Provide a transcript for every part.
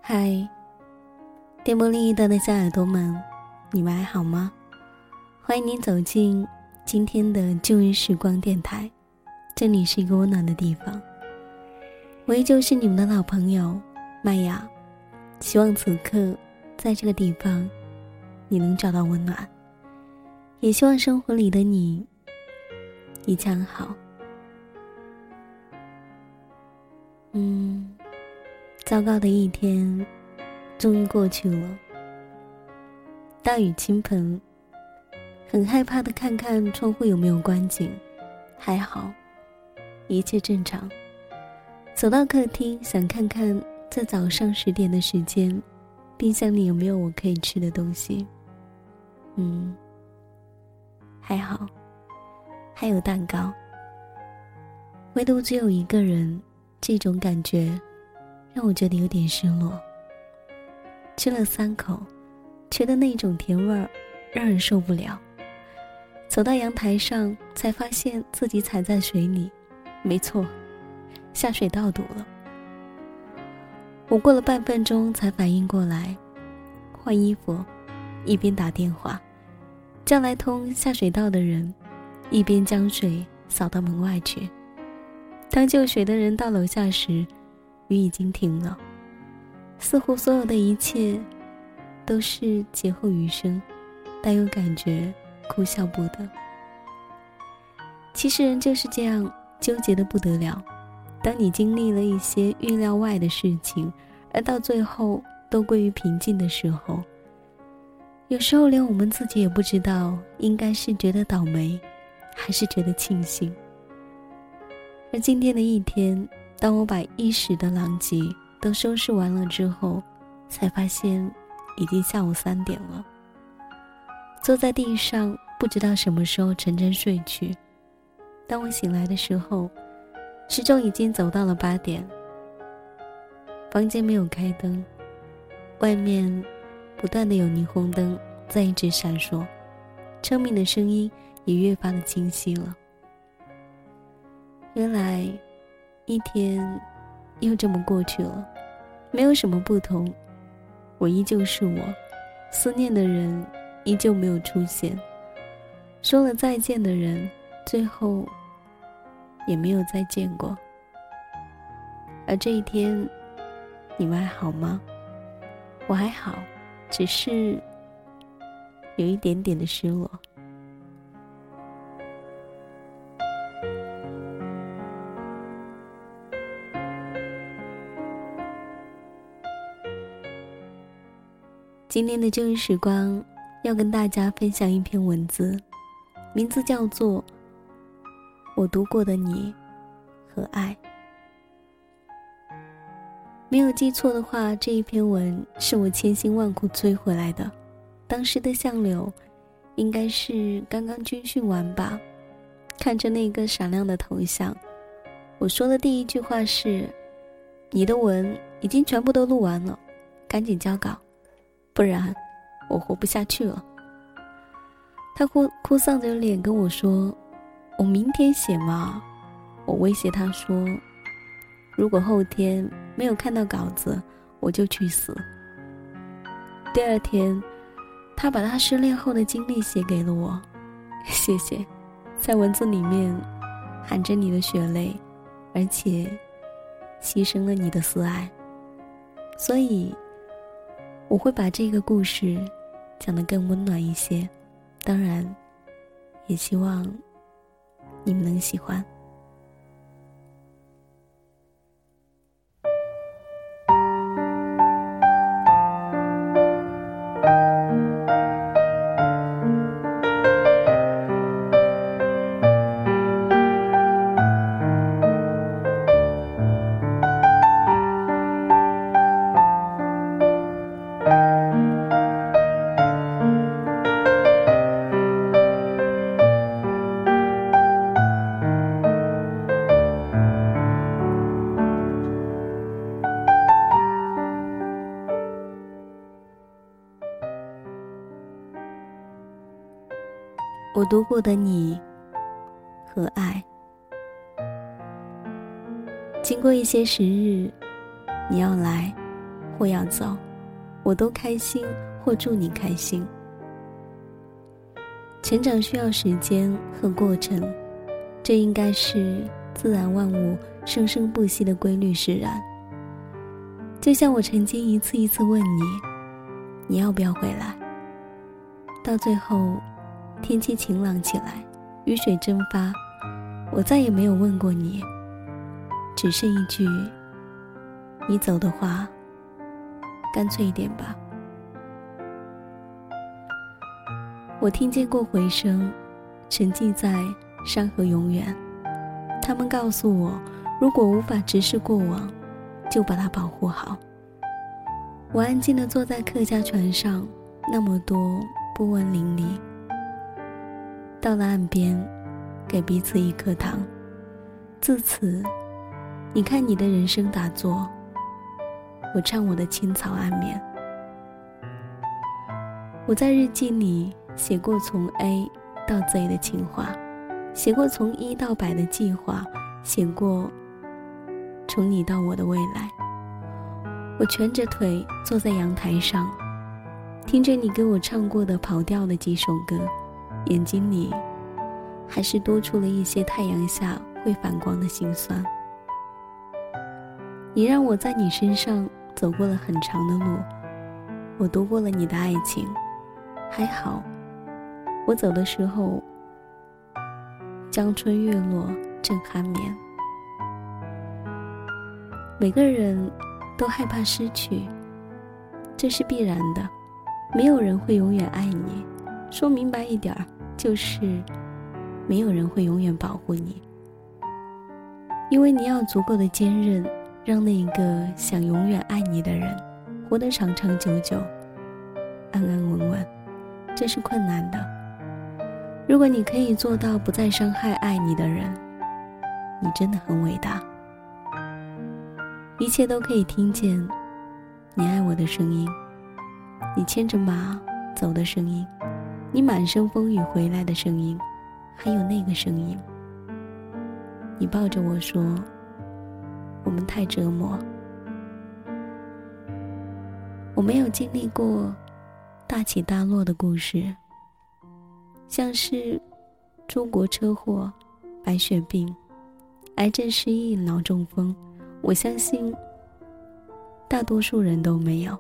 嗨，电波另一端的小耳朵们，你们还好吗？欢迎您走进今天的旧日时光电台，这里是一个温暖的地方。我依旧是你们的老朋友麦雅，希望此刻在这个地方你能找到温暖，也希望生活里的你一切安好。糟糕的一天终于过去了，大雨倾盆，很害怕的看看窗户有没有关紧，还好一切正常。走到客厅，想看看在早上10点的时间冰箱里有没有我可以吃的东西。还好还有蛋糕，唯独只有一个人，这种感觉让我觉得有点失落。吃了3口，觉得那种甜味儿让人受不了。走到阳台上，才发现自己踩在水里，没错，下水道堵了。我过了半分钟才反应过来，换衣服，一边打电话叫来通下水道的人，一边将水扫到门外去。当救水的人到楼下时，雨已经停了，似乎所有的一切都是劫后余生，但又感觉哭笑不得。其实人就是这样纠结的不得了，当你经历了一些预料外的事情，而到最后都归于平静的时候，有时候连我们自己也不知道应该是觉得倒霉还是觉得庆幸。而今天的一天，当我把一时的狼藉都收拾完了之后，才发现已经下午3点了。坐在地上，不知道什么时候沉沉睡去。当我醒来的时候，时钟已经走到了8点。房间没有开灯，外面不断的有霓虹灯在一直闪烁，车鸣的声音也越发的清晰了。原来一天又这么过去了，没有什么不同，我依旧是我，思念的人依旧没有出现，说了再见的人最后也没有再见过。而这一天你们还好吗？我还好，只是有一点点的失落。今天的旧日时光要跟大家分享一篇文字，名字叫做《我读过的你和爱》。没有记错的话，这一篇文是我千辛万苦追回来的。当时的相柳应该是刚刚军训完吧，看着那个闪亮的头像，我说的第一句话是：你的文已经全部都录完了，赶紧交稿，不然我活不下去了。他哭丧着脸跟我说：我明天写嘛。我威胁他说，如果后天没有看到稿子，我就去死。第2天，他把他失恋后的经历写给了我，谢谢，在文字里面含着你的血泪，而且牺牲了你的私爱，所以我会把这个故事讲得更温暖一些，当然也希望你们能喜欢。我读过的你和爱。经过一些时日，你要来， 或要走，我都开心或祝你开心。成长需要时间和过程，这应该是自然万物生生不息的规律使然。就像我曾经一次一次问你，你要不要回来？到最后，天气晴朗起来，雨水蒸发，我再也没有问过你，只剩一句，你走的话，干脆一点吧。我听见过回声，沉寂在山河永远。他们告诉我，如果无法直视过往，就把它保护好。我安静地坐在客家船上，那么多波纹粼粼。到了岸边，给彼此一颗糖。自此，你看你的人生打坐，我唱我的青草安眠。我在日记里写过从 A 到 Z 的情话，写过从1到100的计划，写过从你到我的未来。我蜷着腿坐在阳台上，听着你给我唱过的跑调的几首歌，眼睛里还是多出了一些太阳下会反光的心酸。你让我在你身上走过了很长的路，我读过了你的爱情。还好，我走的时候，江春月落正酣眠。每个人都害怕失去，这是必然的，没有人会永远爱你。说明白一点，就是没有人会永远保护你。因为你要足够的坚韧，让那一个想永远爱你的人活得长长久久，安安稳稳，这是困难的。如果你可以做到不再伤害爱你的人，你真的很伟大。一切都可以听见你爱我的声音，你牵着马走的声音，你满身风雨回来的声音，还有那个声音。你抱着我说，我们太折磨。我没有经历过大起大落的故事，像是出国车祸、白血病、癌症失忆、脑中风，我相信大多数人都没有。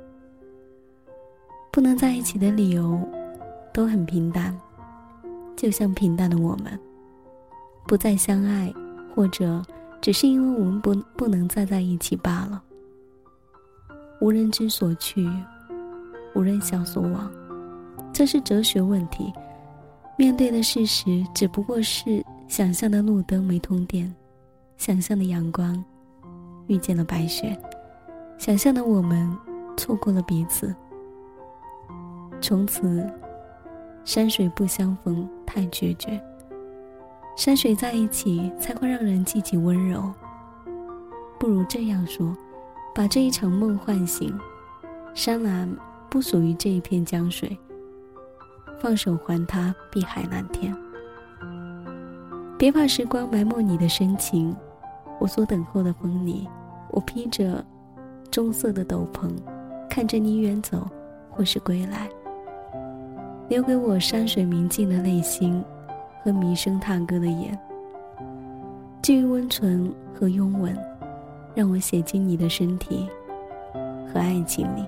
不能在一起的理由都很平淡，就像平淡的我们，不再相爱，或者只是因为我们不能再在一起罢了。无人知所去，无人晓所往，这是哲学问题。面对的事实只不过是想象的路灯没通电，想象的阳光遇见了白雪，想象的我们错过了彼此。从此山水不相逢太决绝，山水在一起才会让人记起温柔。不如这样说，把这一场梦唤醒，山岚不属于这一片江水，放手还它碧海蓝天。别怕时光埋没你的深情，我所等候的风里，我披着棕色的斗篷，看着你远走或是归来，留给我山水明净的内心和弥声踏歌的眼。至于温存和拥吻，让我写进你的身体和爱情里。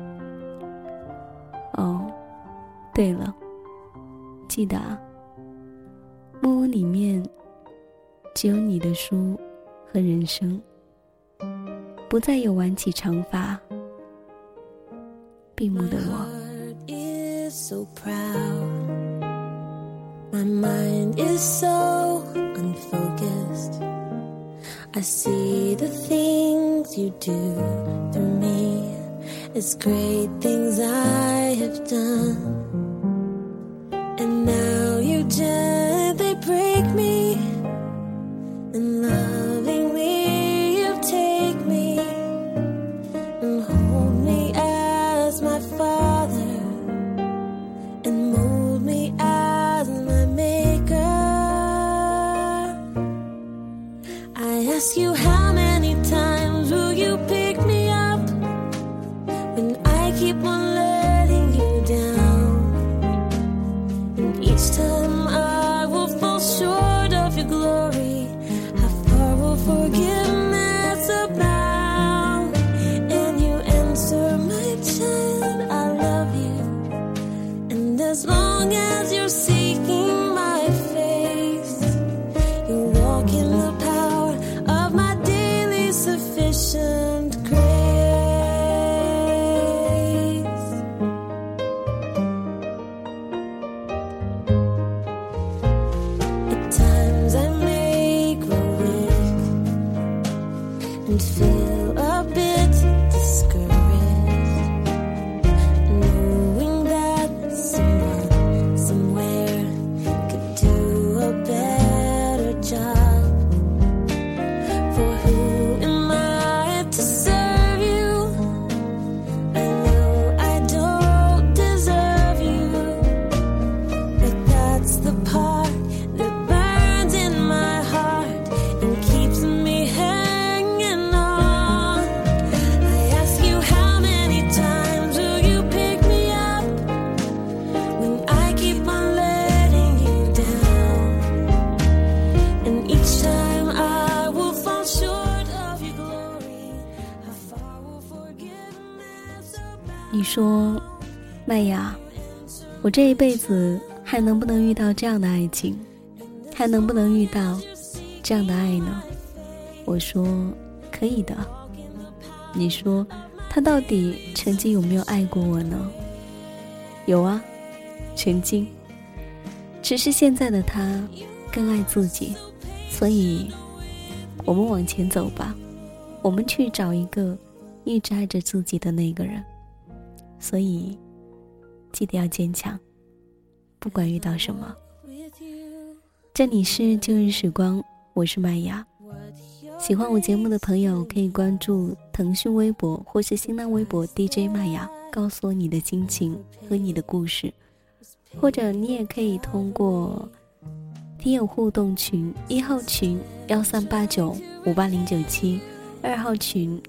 哦，对了，记得啊，木屋里面只有你的书和人生，不再有挽起长发闭目的我。 So proud, my mind is so unfocused. I see the things you do through me, it's great things I have done. And now you gently break me, and loving me you take me and hold me as my father, and mold me as my maker. I ask you, how many times will you pick me up forgiveness abound, and you answer my chant, I love you. And as long as you're seeking my face, you walk in the power of my daily sufficient grace. At times I may grow weak and feel a bit discouraged, knowing that someone somewhere could do a better job. For who am I to serve you? I know I don't deserve you, but that's the part that burns in my heart and keeps me hanging on. I ask you, how many times will you pick me up when I keep on letting you down? And each time I will fall short of your glory. How far will forgiveness abound? 你说，麦雅，我这一辈子还能不能遇到这样的爱情，还能不能遇到这样的爱呢？我说可以的。你说他到底曾经有没有爱过我呢？有啊，曾经。只是现在的他更爱自己，所以我们往前走吧，我们去找一个一直爱着自己的那个人。所以记得要坚强，不管遇到什么。这里是旧日时光，我是麦雅。喜欢我节目的朋友可以关注腾讯微博或是新浪微博 DJ 麦雅，告诉我你的心情和你的故事，或者你也可以通过听友互动群1号群1389580972号群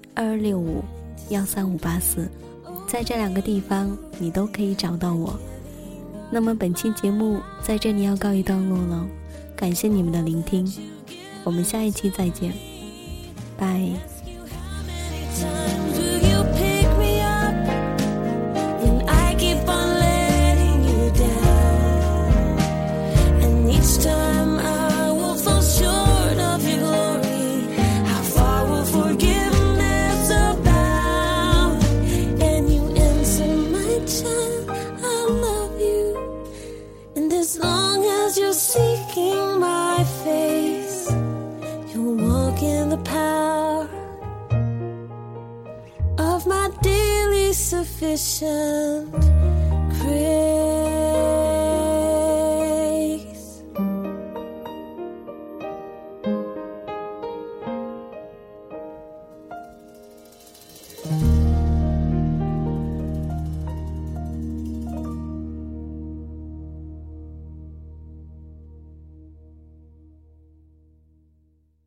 2265135584，在这2个地方你都可以找到我。那么本期节目在这里要告一段落了，感谢你们的聆听，我们下一期再见，拜。 Times will you pick me up when I keep on letting you down? And each time I will fall short of your glory. How far will forgiveness abound? And you answer my chant, I love you. And as long as you're seeking my face, you'll walk in the power of my daily sufficient grace.